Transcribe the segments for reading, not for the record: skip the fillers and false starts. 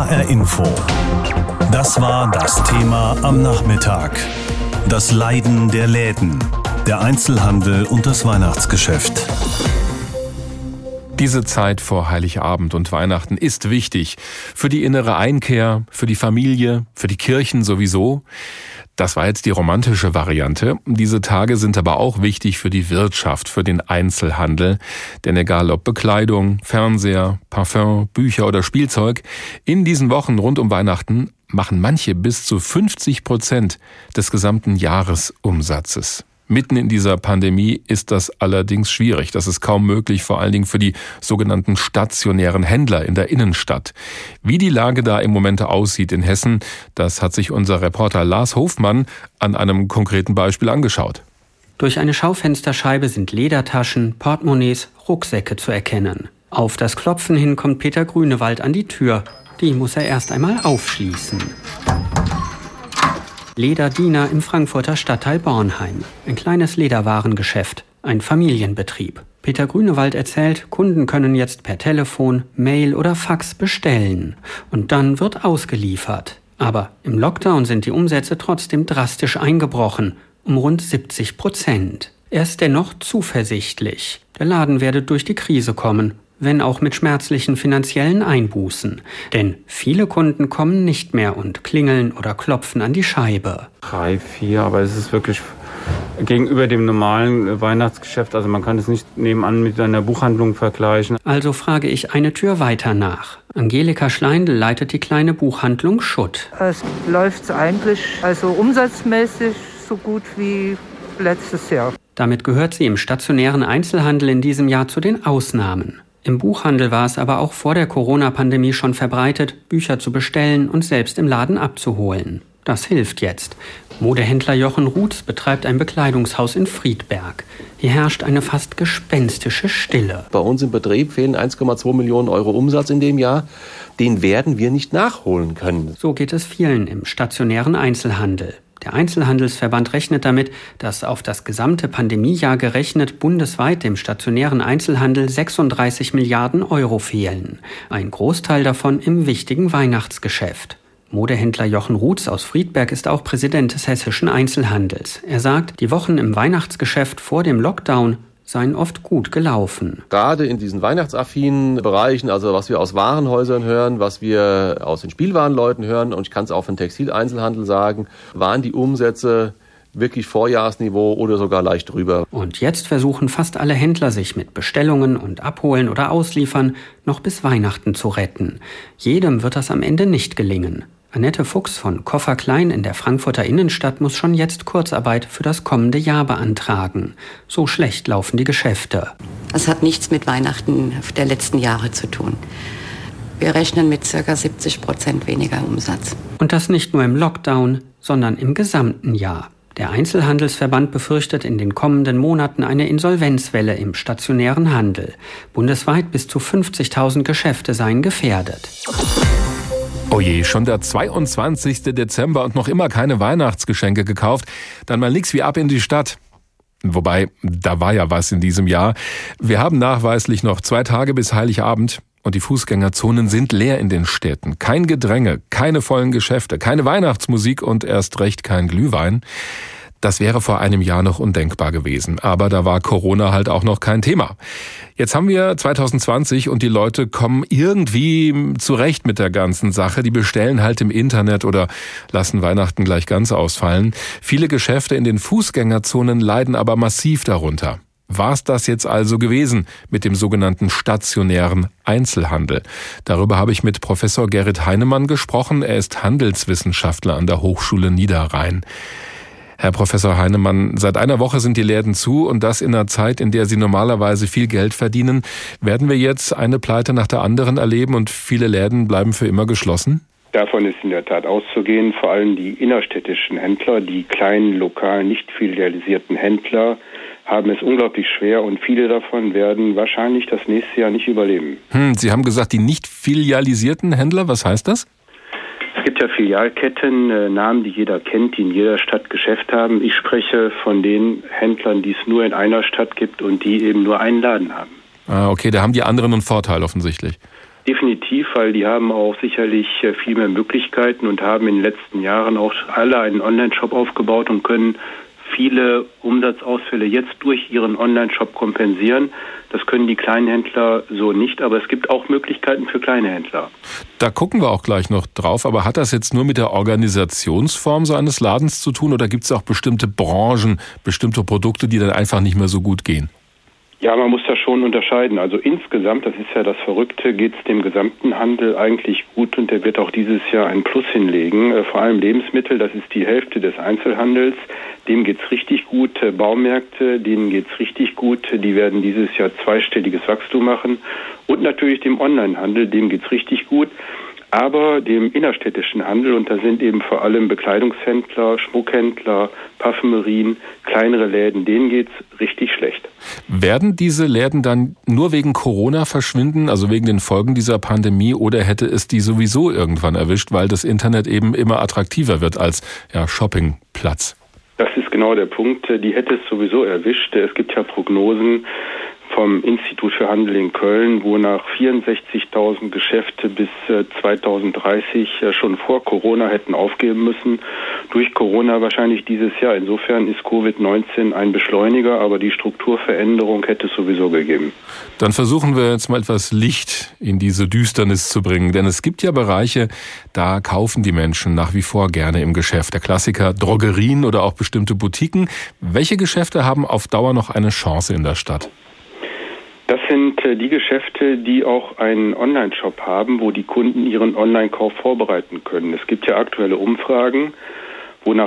HR Info. Das war das Thema am Nachmittag. Das Leiden der Läden, der Einzelhandel und das Weihnachtsgeschäft. Diese Zeit vor Heiligabend und Weihnachten ist wichtig. Für die innere Einkehr, für die Familie, für die Kirchen sowieso. Das war jetzt die romantische Variante. Diese Tage sind aber auch wichtig für die Wirtschaft, für den Einzelhandel. Denn egal ob Bekleidung, Fernseher, Parfum, Bücher oder Spielzeug, in diesen Wochen rund um Weihnachten machen manche bis zu 50% des gesamten Jahresumsatzes. Mitten in dieser Pandemie ist das allerdings schwierig. Das ist kaum möglich, vor allen Dingen für die sogenannten stationären Händler in der Innenstadt. Wie die Lage da im Moment aussieht in Hessen, das hat sich unser Reporter Lars Hofmann an einem konkreten Beispiel angeschaut. Durch eine Schaufensterscheibe sind Ledertaschen, Portemonnaies, Rucksäcke zu erkennen. Auf das Klopfen hin kommt Peter Grünewald an die Tür. Die muss er erst einmal aufschließen. Lederdiener im Frankfurter Stadtteil Bornheim. Ein kleines Lederwarengeschäft, ein Familienbetrieb. Peter Grünewald erzählt, Kunden können jetzt per Telefon, Mail oder Fax bestellen. Und dann wird ausgeliefert. Aber im Lockdown sind die Umsätze trotzdem drastisch eingebrochen, um rund 70%. Er ist dennoch zuversichtlich. Der Laden werde durch die Krise kommen, wenn auch mit schmerzlichen finanziellen Einbußen. Denn viele Kunden kommen nicht mehr und klingeln oder klopfen an die Scheibe. 3, 4, aber es ist wirklich gegenüber dem normalen Weihnachtsgeschäft, also man kann es nicht nebenan mit einer Buchhandlung vergleichen. Also frage ich eine Tür weiter nach. Angelika Schleindl leitet die kleine Buchhandlung Schutt. Es läuft eigentlich umsatzmäßig so gut wie letztes Jahr. Damit gehört sie im stationären Einzelhandel in diesem Jahr zu den Ausnahmen. Im Buchhandel war es aber auch vor der Corona-Pandemie schon verbreitet, Bücher zu bestellen und selbst im Laden abzuholen. Das hilft jetzt. Modehändler Jochen Ruths betreibt ein Bekleidungshaus in Friedberg. Hier herrscht eine fast gespenstische Stille. Bei uns im Betrieb fehlen 1,2 Millionen Euro Umsatz in dem Jahr. Den werden wir nicht nachholen können. So geht es vielen im stationären Einzelhandel. Der Einzelhandelsverband rechnet damit, dass auf das gesamte Pandemiejahr gerechnet bundesweit dem stationären Einzelhandel 36 Milliarden Euro fehlen. Ein Großteil davon im wichtigen Weihnachtsgeschäft. Modehändler Jochen Ruths aus Friedberg ist auch Präsident des hessischen Einzelhandels. Er sagt, die Wochen im Weihnachtsgeschäft vor dem Lockdown seien oft gut gelaufen. Gerade in diesen weihnachtsaffinen Bereichen, also was wir aus Warenhäusern hören, was wir aus den Spielwarenleuten hören, und ich kann es auch von Textileinzelhandel sagen, waren die Umsätze wirklich Vorjahresniveau oder sogar leicht drüber. Und jetzt versuchen fast alle Händler, sich mit Bestellungen und Abholen oder Ausliefern noch bis Weihnachten zu retten. Jedem wird das am Ende nicht gelingen. Annette Fuchs von Koffer Klein in der Frankfurter Innenstadt muss schon jetzt Kurzarbeit für das kommende Jahr beantragen. So schlecht laufen die Geschäfte. Das hat nichts mit Weihnachten der letzten Jahre zu tun. Wir rechnen mit ca. 70% weniger Umsatz. Und das nicht nur im Lockdown, sondern im gesamten Jahr. Der Einzelhandelsverband befürchtet in den kommenden Monaten eine Insolvenzwelle im stationären Handel. Bundesweit bis zu 50.000 Geschäfte seien gefährdet. Oh je, schon der 22. Dezember und noch immer keine Weihnachtsgeschenke gekauft. Dann mal nix wie ab in die Stadt. Wobei, da war ja was in diesem Jahr. Wir haben nachweislich noch 2 Tage bis Heiligabend und die Fußgängerzonen sind leer in den Städten. Kein Gedränge, keine vollen Geschäfte, keine Weihnachtsmusik und erst recht kein Glühwein. Das wäre vor einem Jahr noch undenkbar gewesen. Aber da war Corona halt auch noch kein Thema. Jetzt haben wir 2020 und die Leute kommen irgendwie zurecht mit der ganzen Sache. Die bestellen halt im Internet oder lassen Weihnachten gleich ganz ausfallen. Viele Geschäfte in den Fußgängerzonen leiden aber massiv darunter. War's das jetzt also gewesen mit dem sogenannten stationären Einzelhandel? Darüber habe ich mit Professor Gerrit Heinemann gesprochen. Er ist Handelswissenschaftler an der Hochschule Niederrhein. Herr Professor Heinemann, seit einer Woche sind die Läden zu und das in einer Zeit, in der Sie normalerweise viel Geld verdienen. Werden wir jetzt eine Pleite nach der anderen erleben und viele Läden bleiben für immer geschlossen? Davon ist in der Tat auszugehen. Vor allem die innerstädtischen Händler, die kleinen, lokalen, nicht filialisierten Händler haben es unglaublich schwer und viele davon werden wahrscheinlich das nächste Jahr nicht überleben. Sie haben gesagt, die nicht filialisierten Händler, was heißt das? Es gibt ja Filialketten, Namen, die jeder kennt, die in jeder Stadt Geschäft haben. Ich spreche von den Händlern, die es nur in einer Stadt gibt und die eben nur einen Laden haben. Ah, okay, da haben die anderen einen Vorteil offensichtlich. Definitiv, weil die haben auch sicherlich viel mehr Möglichkeiten und haben in den letzten Jahren auch alle einen Online-Shop aufgebaut und können viele Umsatzausfälle jetzt durch ihren Online-Shop kompensieren. Das können die kleinen Händler so nicht, aber es gibt auch Möglichkeiten für kleine Händler. Da gucken wir auch gleich noch drauf, aber hat das jetzt nur mit der Organisationsform so eines Ladens zu tun oder gibt es auch bestimmte Branchen, bestimmte Produkte, die dann einfach nicht mehr so gut gehen? Ja, man muss das schon unterscheiden. Also insgesamt, das ist ja das Verrückte, geht es dem gesamten Handel eigentlich gut und der wird auch dieses Jahr ein Plus hinlegen. Vor allem Lebensmittel, das ist die Hälfte des Einzelhandels. Dem geht's richtig gut. Baumärkte, denen geht's richtig gut. Die werden dieses Jahr zweistelliges Wachstum machen. Und natürlich dem Onlinehandel, dem geht's richtig gut. Aber dem innerstädtischen Handel, und da sind eben vor allem Bekleidungshändler, Schmuckhändler, Parfümerien, kleinere Läden, denen geht's richtig schlecht. Werden diese Läden dann nur wegen Corona verschwinden, also wegen den Folgen dieser Pandemie, oder hätte es die sowieso irgendwann erwischt, weil das Internet eben immer attraktiver wird als Shoppingplatz? Das ist genau der Punkt. Die hätte es sowieso erwischt. Es gibt ja Prognosen vom Institut für Handel in Köln, wonach 64.000 Geschäfte bis 2030 schon vor Corona hätten aufgeben müssen. Durch Corona wahrscheinlich dieses Jahr. Insofern ist Covid-19 ein Beschleuniger, aber die Strukturveränderung hätte es sowieso gegeben. Dann versuchen wir jetzt mal etwas Licht in diese Düsternis zu bringen. Denn es gibt ja Bereiche, da kaufen die Menschen nach wie vor gerne im Geschäft. Der Klassiker Drogerien oder auch bestimmte Boutiquen. Welche Geschäfte haben auf Dauer noch eine Chance in der Stadt? Das sind die Geschäfte, die auch einen Online-Shop haben, wo die Kunden ihren Online-Kauf vorbereiten können. Es gibt ja aktuelle Umfragen, wonach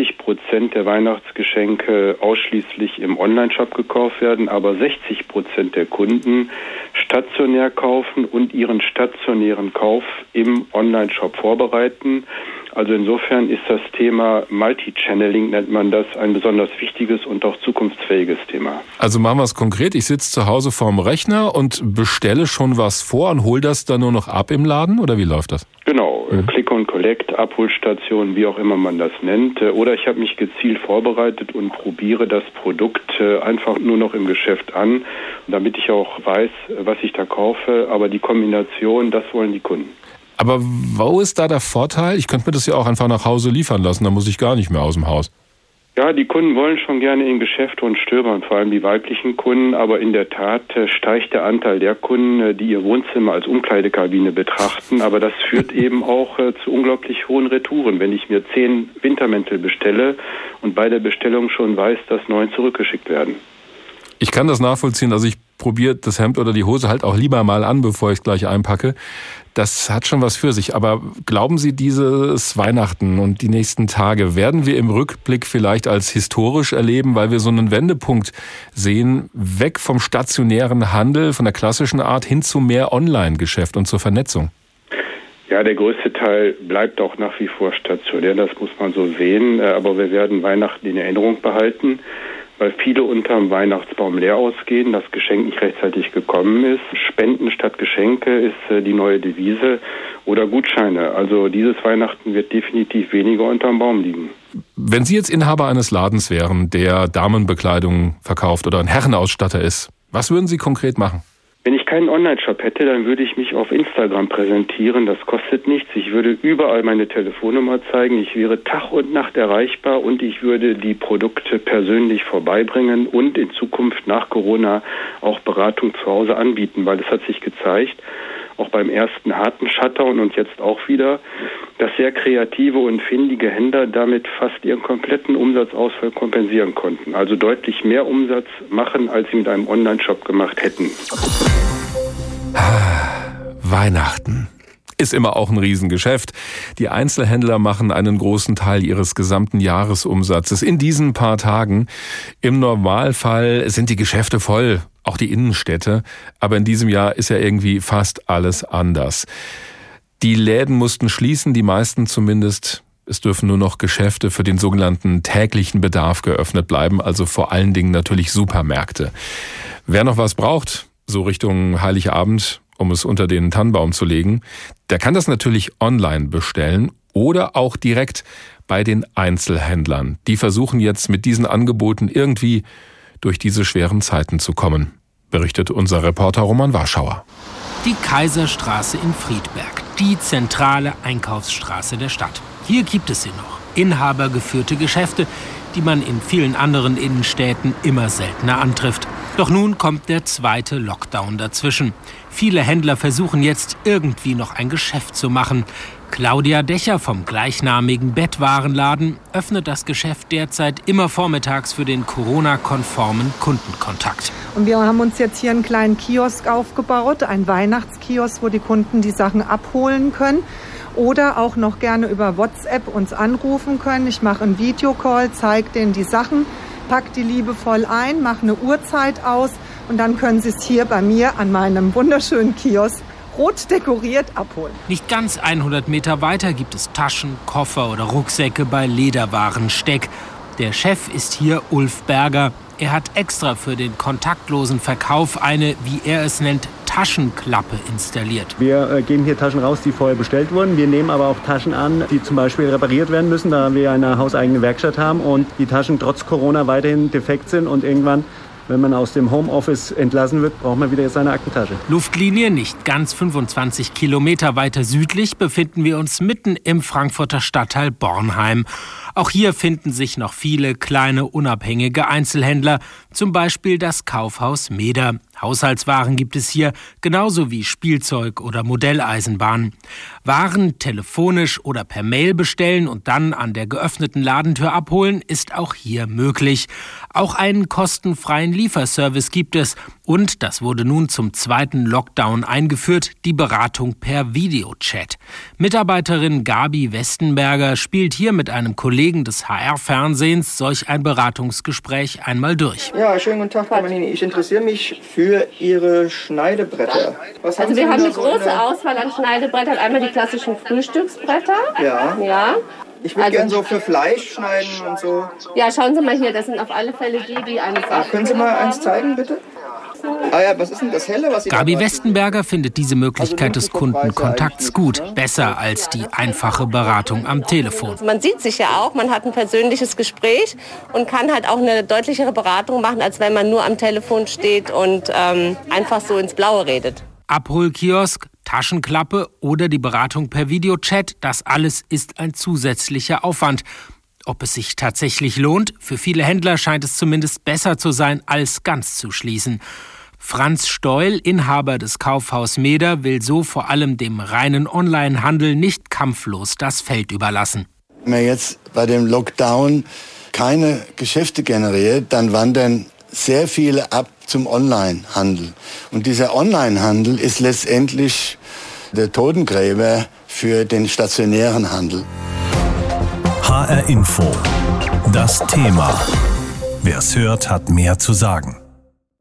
20% der Weihnachtsgeschenke ausschließlich im Online-Shop gekauft werden, aber 60% der Kunden stationär kaufen und ihren stationären Kauf im Online-Shop vorbereiten. Also insofern ist das Thema Multi-Channeling, nennt man das, ein besonders wichtiges und auch zukunftsfähiges Thema. Also machen wir es konkret. Ich sitze zu Hause vorm Rechner und bestelle schon was vor und hole das dann nur noch ab im Laden, oder wie läuft das? Genau, Click und Collect, Abholstation, wie auch immer man das nennt. Oder ich habe mich gezielt vorbereitet und probiere das Produkt einfach nur noch im Geschäft an, damit ich auch weiß, was ich da kaufe. Aber die Kombination, das wollen die Kunden. Aber wo ist da der Vorteil? Ich könnte mir das ja auch einfach nach Hause liefern lassen, da muss ich gar nicht mehr aus dem Haus. Ja, die Kunden wollen schon gerne in Geschäfte und stöbern, vor allem die weiblichen Kunden, aber in der Tat steigt der Anteil der Kunden, die ihr Wohnzimmer als Umkleidekabine betrachten, aber das führt eben auch zu unglaublich hohen Retouren. Wenn ich mir 10 Wintermäntel bestelle und bei der Bestellung schon weiß, dass 9 zurückgeschickt werden. Ich kann das nachvollziehen, also ich probiere das Hemd oder die Hose halt auch lieber mal an, bevor ich es gleich einpacke. Das hat schon was für sich. Aber glauben Sie, dieses Weihnachten und die nächsten Tage werden wir im Rückblick vielleicht als historisch erleben, weil wir so einen Wendepunkt sehen, weg vom stationären Handel, von der klassischen Art hin zu mehr Online-Geschäft und zur Vernetzung? Ja, der größte Teil bleibt auch nach wie vor stationär, das muss man so sehen. Aber wir werden Weihnachten in Erinnerung behalten, weil viele unterm Weihnachtsbaum leer ausgehen, das Geschenk nicht rechtzeitig gekommen ist. Spenden statt Geschenke ist die neue Devise oder Gutscheine. Also dieses Weihnachten wird definitiv weniger unterm Baum liegen. Wenn Sie jetzt Inhaber eines Ladens wären, der Damenbekleidung verkauft oder ein Herrenausstatter ist, was würden Sie konkret machen? Wenn ich keinen Online-Shop hätte, dann würde ich mich auf Instagram präsentieren. Das kostet nichts. Ich würde überall meine Telefonnummer zeigen. Ich wäre Tag und Nacht erreichbar und ich würde die Produkte persönlich vorbeibringen und in Zukunft nach Corona auch Beratung zu Hause anbieten, weil es hat sich gezeigt, auch beim ersten harten Shutdown und jetzt auch wieder, dass sehr kreative und findige Händler damit fast ihren kompletten Umsatzausfall kompensieren konnten. Also deutlich mehr Umsatz machen, als sie mit einem Online-Shop gemacht hätten. Weihnachten ist immer auch ein Riesengeschäft. Die Einzelhändler machen einen großen Teil ihres gesamten Jahresumsatzes in diesen paar Tagen. Im Normalfall sind die Geschäfte voll, auch die Innenstädte. Aber in diesem Jahr ist ja irgendwie fast alles anders. Die Läden mussten schließen, die meisten zumindest. Es dürfen nur noch Geschäfte für den sogenannten täglichen Bedarf geöffnet bleiben, also vor allen Dingen natürlich Supermärkte. Wer noch was braucht, so Richtung Heiligabend, um es unter den Tannenbaum zu legen, der kann das natürlich online bestellen oder auch direkt bei den Einzelhändlern. Die versuchen jetzt mit diesen Angeboten irgendwie durch diese schweren Zeiten zu kommen, berichtet unser Reporter Roman Warschauer. Die Kaiserstraße in Friedberg, die zentrale Einkaufsstraße der Stadt. Hier gibt es sie noch. Inhabergeführte Geschäfte, die man in vielen anderen Innenstädten immer seltener antrifft. Doch nun kommt der zweite Lockdown dazwischen. Viele Händler versuchen jetzt irgendwie noch ein Geschäft zu machen. Claudia Decher vom gleichnamigen Bettwarenladen öffnet das Geschäft derzeit immer vormittags für den Corona-konformen Kundenkontakt. Und wir haben uns jetzt hier einen kleinen Kiosk aufgebaut, einen Weihnachtskiosk, wo die Kunden die Sachen abholen können. Oder auch noch gerne über WhatsApp uns anrufen können. Ich mache einen Videocall, zeige denen die Sachen, pack die liebevoll ein, mache eine Uhrzeit aus und dann können sie es hier bei mir an meinem wunderschönen Kiosk rot dekoriert abholen. Nicht ganz 100 Meter weiter gibt es Taschen, Koffer oder Rucksäcke bei Lederwaren Steck. Der Chef ist hier Ulf Berger. Er hat extra für den kontaktlosen Verkauf eine, wie er es nennt, Taschenklappe installiert. Wir geben hier Taschen raus, die vorher bestellt wurden. Wir nehmen aber auch Taschen an, die zum Beispiel repariert werden müssen, da wir eine hauseigene Werkstatt haben und die Taschen trotz Corona weiterhin defekt sind und irgendwann, wenn man aus dem Homeoffice entlassen wird, braucht man wieder jetzt eine Aktentasche. Luftlinie nicht ganz 25 Kilometer weiter südlich befinden wir uns mitten im Frankfurter Stadtteil Bornheim. Auch hier finden sich noch viele kleine unabhängige Einzelhändler, zum Beispiel das Kaufhaus Meder. Haushaltswaren gibt es hier, genauso wie Spielzeug oder Modelleisenbahn. Waren telefonisch oder per Mail bestellen und dann an der geöffneten Ladentür abholen, ist auch hier möglich. Auch einen kostenfreien Lieferservice gibt es. Und, das wurde nun zum zweiten Lockdown eingeführt, die Beratung per Videochat. Mitarbeiterin Gabi Westenberger spielt hier mit einem Kollegen des HR-Fernsehens solch ein Beratungsgespräch einmal durch. Ja, schönen guten Tag, Frau Manini. Ich interessiere mich für Ihre Schneidebretter. Also wir haben eine große Auswahl an Schneidebrettern. Einmal die klassischen Frühstücksbretter. Ja. Ich würde gerne so für Fleisch schneiden und so. Ja, schauen Sie mal hier, das sind auf alle Fälle die eine Sache. Können Sie mal eins zeigen, bitte? Ah ja, was ist denn das Helle? Was Sie Gabi Westenberger findet diese Möglichkeit des Kundenkontakts gut, besser als die einfache Beratung am Telefon. Man sieht sich ja auch, man hat ein persönliches Gespräch und kann halt auch eine deutlichere Beratung machen, als wenn man nur am Telefon steht und einfach so ins Blaue redet. Abholkiosk, Taschenklappe oder die Beratung per Videochat, das alles ist ein zusätzlicher Aufwand. Ob es sich tatsächlich lohnt? Für viele Händler scheint es zumindest besser zu sein, als ganz zu schließen. Franz Steul, Inhaber des Kaufhaus Meder, will so vor allem dem reinen Onlinehandel nicht kampflos das Feld überlassen. Wenn man jetzt bei dem Lockdown keine Geschäfte generiert, dann wandern sehr viele ab zum Onlinehandel. Und dieser Onlinehandel ist letztendlich der Totengräber für den stationären Handel. HR Info. Das Thema. Wer es hört, hat mehr zu sagen.